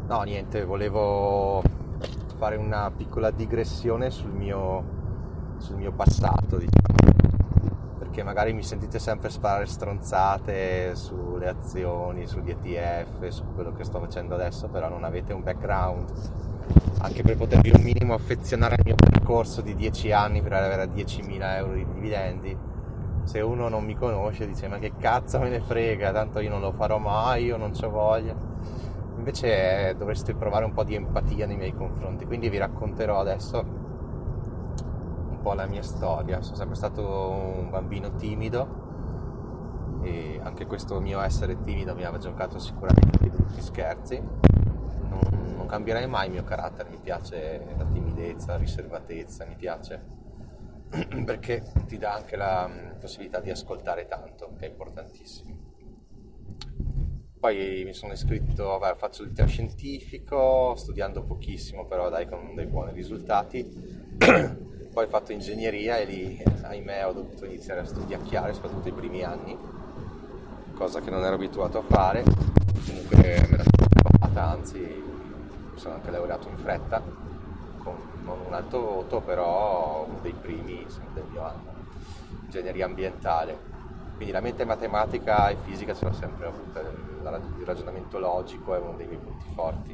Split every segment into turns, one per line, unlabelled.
No, niente, volevo fare una piccola digressione sul mio passato, diciamo, perché magari mi sentite sempre sparare stronzate sulle azioni, sugli ETF, su quello che sto facendo adesso, però non avete un background, anche per potervi un minimo affezionare al mio percorso di 10 anni per arrivare a 10.000 euro di dividendi. Se uno non mi conosce dice ma che cazzo me ne frega, tanto io non lo farò mai, io non c'ho voglia. Invece dovreste provare un po' di empatia nei miei confronti, quindi vi racconterò adesso un po' la mia storia. Sono sempre stato un bambino timido e anche questo mio essere timido mi aveva giocato sicuramente dei brutti scherzi. Non cambierei mai il mio carattere, mi piace la timidezza, la riservatezza, mi piace perché ti dà anche la possibilità di ascoltare tanto, che è importantissimo. Poi mi sono iscritto, faccio il liceo scientifico, studiando pochissimo, però dai, con dei buoni risultati. Poi ho fatto ingegneria e lì, ahimè, ho dovuto iniziare a studiacchiare, soprattutto i primi anni, cosa che non ero abituato a fare. Comunque me la sono trovata, anzi, mi sono anche laureato in fretta, con non un alto voto, però uno dei primi del mio anno, ingegneria ambientale. Quindi la mente matematica e fisica ce l'ho sempre avuta, il ragionamento logico è uno dei miei punti forti.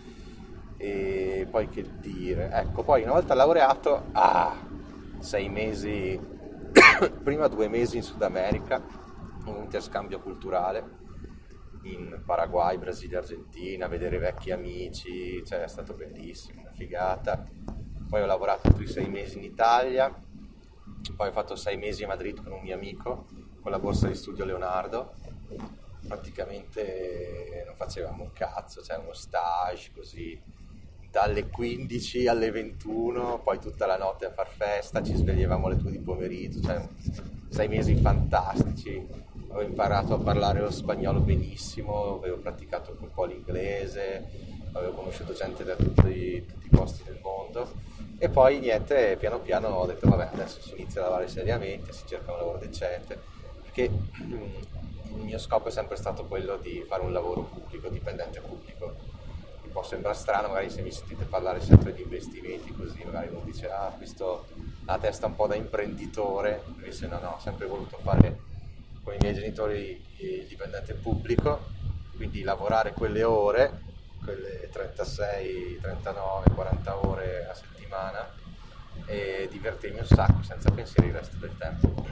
E poi che dire, ecco, poi una volta laureato, 6 mesi, prima 2 mesi in Sud America, un interscambio culturale in Paraguay, Brasile, Argentina, vedere vecchi amici, cioè è stato bellissimo, una figata. Poi ho lavorato altri 6 mesi in Italia, poi ho fatto 6 mesi a Madrid con un mio amico, con la borsa di studio Leonardo. Praticamente non facevamo un cazzo, cioè uno stage così dalle 15 alle 21, poi tutta la notte a far festa, ci svegliavamo alle 2 di pomeriggio, cioè 6 mesi fantastici. Avevo imparato a parlare lo spagnolo benissimo, avevo praticato un po' l'inglese, avevo conosciuto gente da tutti i posti del mondo. E poi niente, piano piano ho detto vabbè, adesso si inizia a lavorare seriamente, si cerca un lavoro decente, perché il mio scopo è sempre stato quello di fare un lavoro pubblico, dipendente pubblico. Mi può sembrare strano, magari se mi sentite parlare sempre di investimenti così, magari uno dice questo ha la testa un po' da imprenditore, invece no, ho sempre voluto fare con i miei genitori il dipendente pubblico, quindi lavorare quelle ore, quelle 36, 39, 40 ore a settimana e divertirmi un sacco senza pensieri il resto del tempo.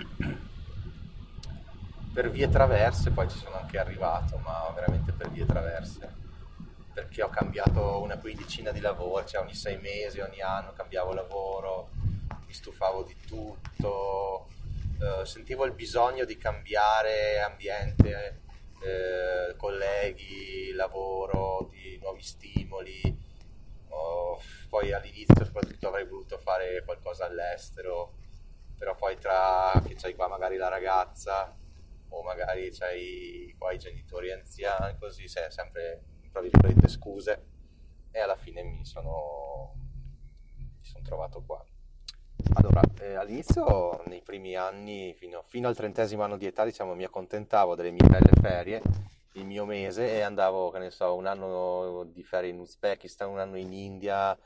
Per vie traverse poi ci sono anche arrivato, ma veramente per vie traverse, perché ho cambiato una quindicina di lavori, cioè ogni 6 mesi, ogni anno cambiavo lavoro, mi stufavo di tutto, sentivo il bisogno di cambiare ambiente, colleghi, lavoro, di nuovi stimoli. Poi all'inizio soprattutto avrei voluto fare qualcosa all'estero, però poi tra che c'hai qua magari la ragazza o magari c'hai qua i genitori anziani, così sei sempre tra virgolette scuse, e alla fine mi sono trovato qua. Allora, all'inizio, nei primi anni, fino al 30° anno di età, diciamo, mi accontentavo delle mie belle ferie, il mio mese, e andavo, che ne so, un anno di ferie in Uzbekistan, un anno in India,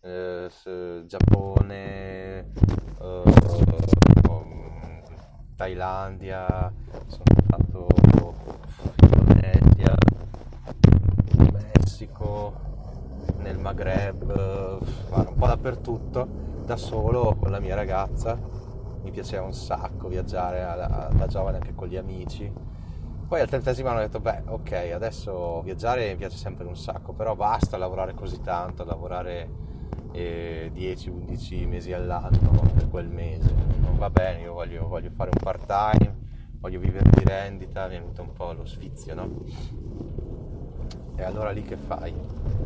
Giappone, Thailandia, sono stato in Indonesia, Messico, nel Maghreb, un po' dappertutto, da solo con la mia ragazza. Mi piaceva un sacco viaggiare da giovane anche con gli amici. Poi al 30° anno ho detto ok, adesso viaggiare mi piace sempre un sacco, però basta lavorare così tanto, lavorare 10-11 mesi all'anno per quel mese, non va bene, io voglio fare un part time, voglio vivere di rendita, mi è venuto un po' lo sfizio, no? E allora lì che fai?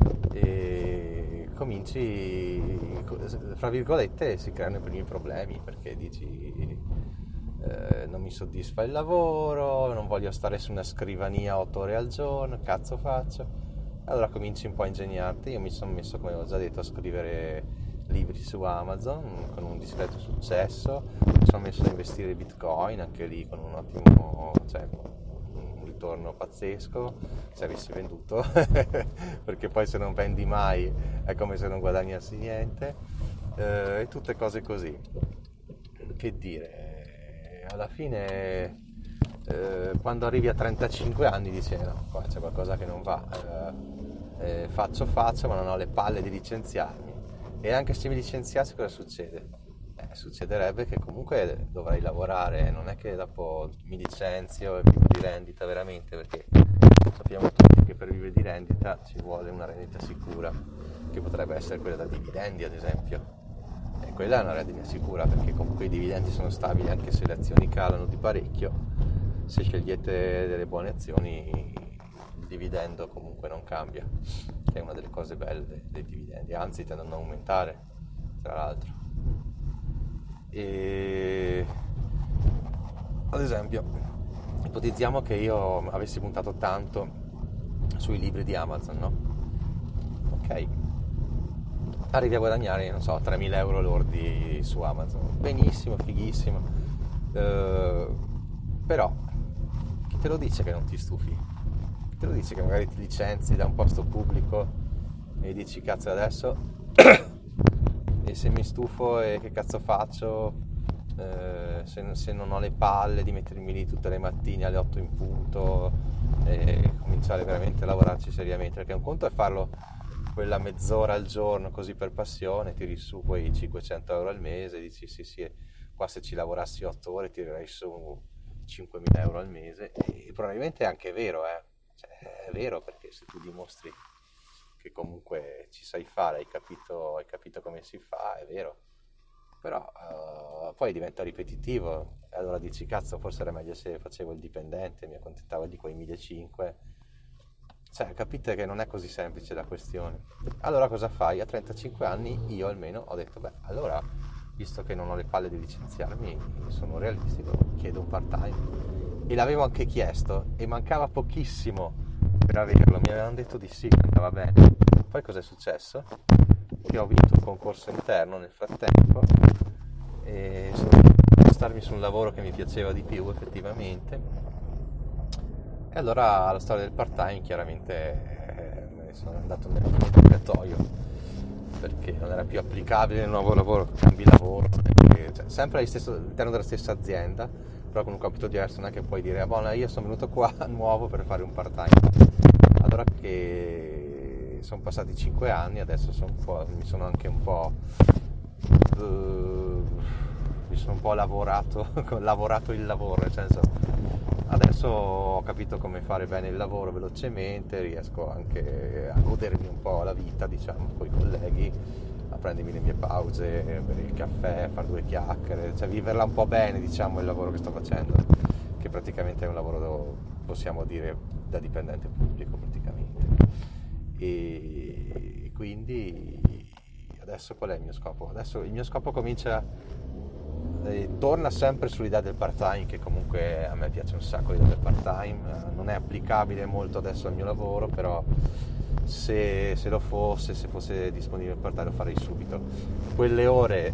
E cominci, fra virgolette, si creano i primi problemi, perché dici non mi soddisfa il lavoro, non voglio stare su una scrivania 8 ore al giorno, cazzo faccio? Allora cominci un po' a ingegnarti. Io mi sono messo, come ho già detto, a scrivere libri su Amazon con un discreto successo, mi sono messo a investire in Bitcoin, anche lì con un ottimo, cioè un
ritorno pazzesco se avessi venduto, perché poi se non vendi mai è come se non guadagnassi niente, e tutte cose così. Che dire, alla fine quando arrivi a 35 anni dici no, qua c'è qualcosa che non va, faccio ma non ho le palle di licenziarmi, e anche se mi licenziassi cosa succede? Succederebbe che comunque dovrai lavorare, non è che dopo mi licenzio e vivo di rendita veramente, perché sappiamo tutti che per vivere di rendita ci vuole una rendita sicura, che potrebbe essere quella da dividendi ad esempio, e quella è una rendita sicura perché comunque i dividendi sono stabili anche se le azioni calano di parecchio. Se scegliete delle buone azioni il dividendo comunque non cambia, che è una delle cose belle dei dividendi, anzi tendono ad aumentare tra l'altro. E ad esempio ipotizziamo che io avessi puntato tanto sui libri di Amazon, no? Ok, arrivi a guadagnare, non so, 3.000 euro lordi su Amazon, benissimo, fighissimo, però chi te lo dice che non ti stufi? Chi te lo dice che magari ti licenzi da un posto pubblico e dici cazzo adesso e se mi stufo e che cazzo faccio, se non ho le palle di mettermi lì tutte le mattine alle 8 in punto e cominciare veramente a lavorarci seriamente, perché un conto è farlo quella mezz'ora al giorno così per passione, tiri su quei 500 euro al mese, dici sì, qua se ci lavorassi 8 ore tirerei su 5.000 euro al mese, e probabilmente è anche vero, cioè, è vero, perché se tu dimostri che comunque ci sai fare, hai capito come si fa, è vero, però poi diventa ripetitivo e allora dici cazzo, forse era meglio se facevo il dipendente, mi accontentavo di quei 1.500, cioè capite che non è così semplice la questione. Allora cosa fai? A 35 anni io almeno ho detto allora, visto che non ho le palle di licenziarmi, sono realistico, chiedo un part-time, e l'avevo anche chiesto e mancava pochissimo per averlo, mi avevano detto di sì, che andava bene. Poi cosa è successo? Che ho vinto un concorso interno nel frattempo e sono riuscito a starmi su un lavoro che mi piaceva di più effettivamente, e allora la storia del part-time chiaramente me ne sono andato nel dimenticatoio, perché non era più applicabile nel nuovo lavoro, cambi lavoro, cioè, sempre all'interno della stessa azienda, però con un compito diverso, non è che puoi dire io sono venuto qua nuovo per fare un part-time. Allora che sono passati 5 anni, adesso mi sono anche un po' lavorato il lavoro, nel senso adesso ho capito come fare bene il lavoro velocemente, riesco anche a godermi un po' la vita, diciamo, con i colleghi, a prendermi le mie pause, bere il caffè, fare 2 chiacchiere, cioè viverla un po' bene, diciamo, il lavoro che sto facendo, che praticamente è un lavoro, possiamo dire, da dipendente pubblico praticamente. E quindi adesso qual è il mio scopo? Adesso il mio scopo torna sempre sull'idea del part-time, che comunque a me piace un sacco l'idea del part-time, non è applicabile molto adesso al mio lavoro, però se fosse disponibile il part-time lo farei subito. Quelle ore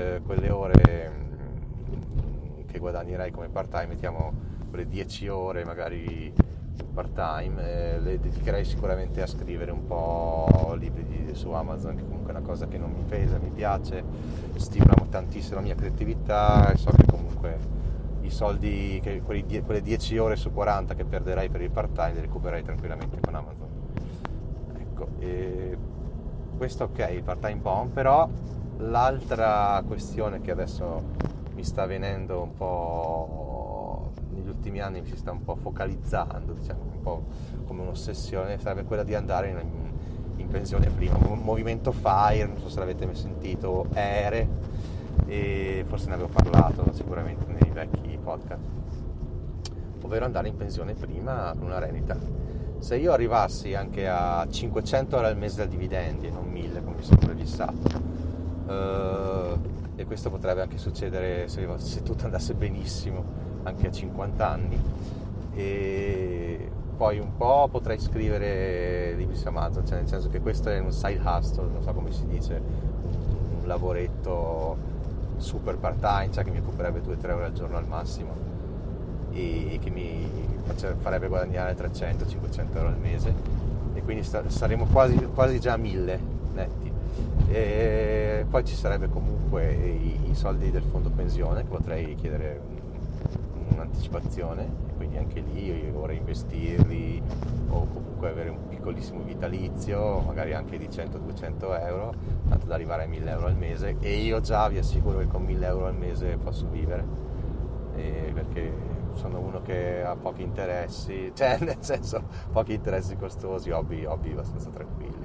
che guadagnerei come part-time, mettiamo quelle 10 ore magari part-time, le dedicherei sicuramente a scrivere un po' libri su Amazon, che comunque è una cosa che non mi pesa, mi piace, stimola tantissimo la mia creatività, e so che comunque i soldi, quelle 10 ore su 40 che perderei per il part-time li recupererei tranquillamente con Amazon. Ecco, e questo ok, il part-time bomb, però l'altra questione che adesso mi sta venendo un po', negli ultimi anni mi si sta un po' focalizzando, diciamo, un po' come un'ossessione, sarebbe quella di andare in pensione prima, un movimento FIRE, non so se l'avete mai sentito, ERE, e forse ne avevo parlato sicuramente nei vecchi podcast, ovvero andare in pensione prima con una rendita. Se io arrivassi anche a 500 euro al mese da dividendi e non 1.000 come mi sono prefissato, e questo potrebbe anche succedere se tutto andasse benissimo anche a 50 anni, e poi un po' potrei scrivere libri su Amazon, cioè nel senso che questo è un side hustle, non so come si dice, un lavoretto super part time, cioè che mi occuperebbe 2-3 ore al giorno al massimo, e che mi farebbe guadagnare 300-500 euro al mese, e quindi saremo quasi già a 1000 netti. E poi ci sarebbe comunque i soldi del fondo pensione, che potrei chiedere un'anticipazione, e quindi anche lì vorrei investirli, o comunque avere un piccolissimo vitalizio, magari anche di 100-200 euro, tanto da arrivare a 1000 euro al mese. E io già vi assicuro che con 1000 euro al mese posso vivere, perché sono uno che ha pochi interessi, cioè nel senso pochi interessi costosi, hobby abbastanza tranquilli.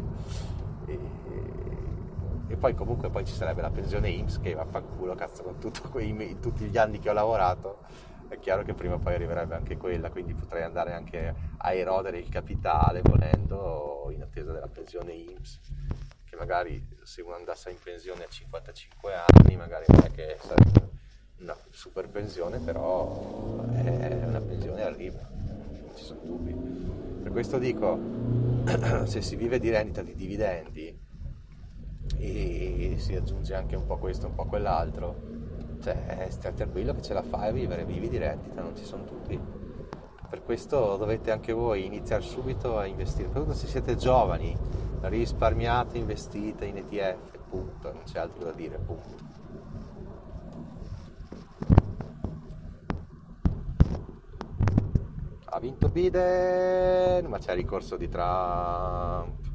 E poi comunque poi ci sarebbe la pensione INPS, che vaffanculo, cazzo, con tutti gli anni che ho lavorato, è chiaro che prima o poi arriverebbe anche quella, quindi potrei andare anche a erodere il capitale volendo, in attesa della pensione INPS, che magari se uno andasse in pensione a 55 anni magari non è che sarebbe una super pensione, però è una pensione arriva, non ci sono dubbi. Per questo dico, se si vive di rendita di dividendi e si aggiunge anche un po' questo, un po' quell'altro, cioè stai tranquillo che ce la fai a vivere, vivi di rendita, non ci sono dubbi. Per questo dovete anche voi iniziare subito a investire, soprattutto se siete giovani, risparmiate, investite in ETF, punto, non c'è altro da dire, punto. Ha vinto Biden, ma c'è il ricorso di Trump.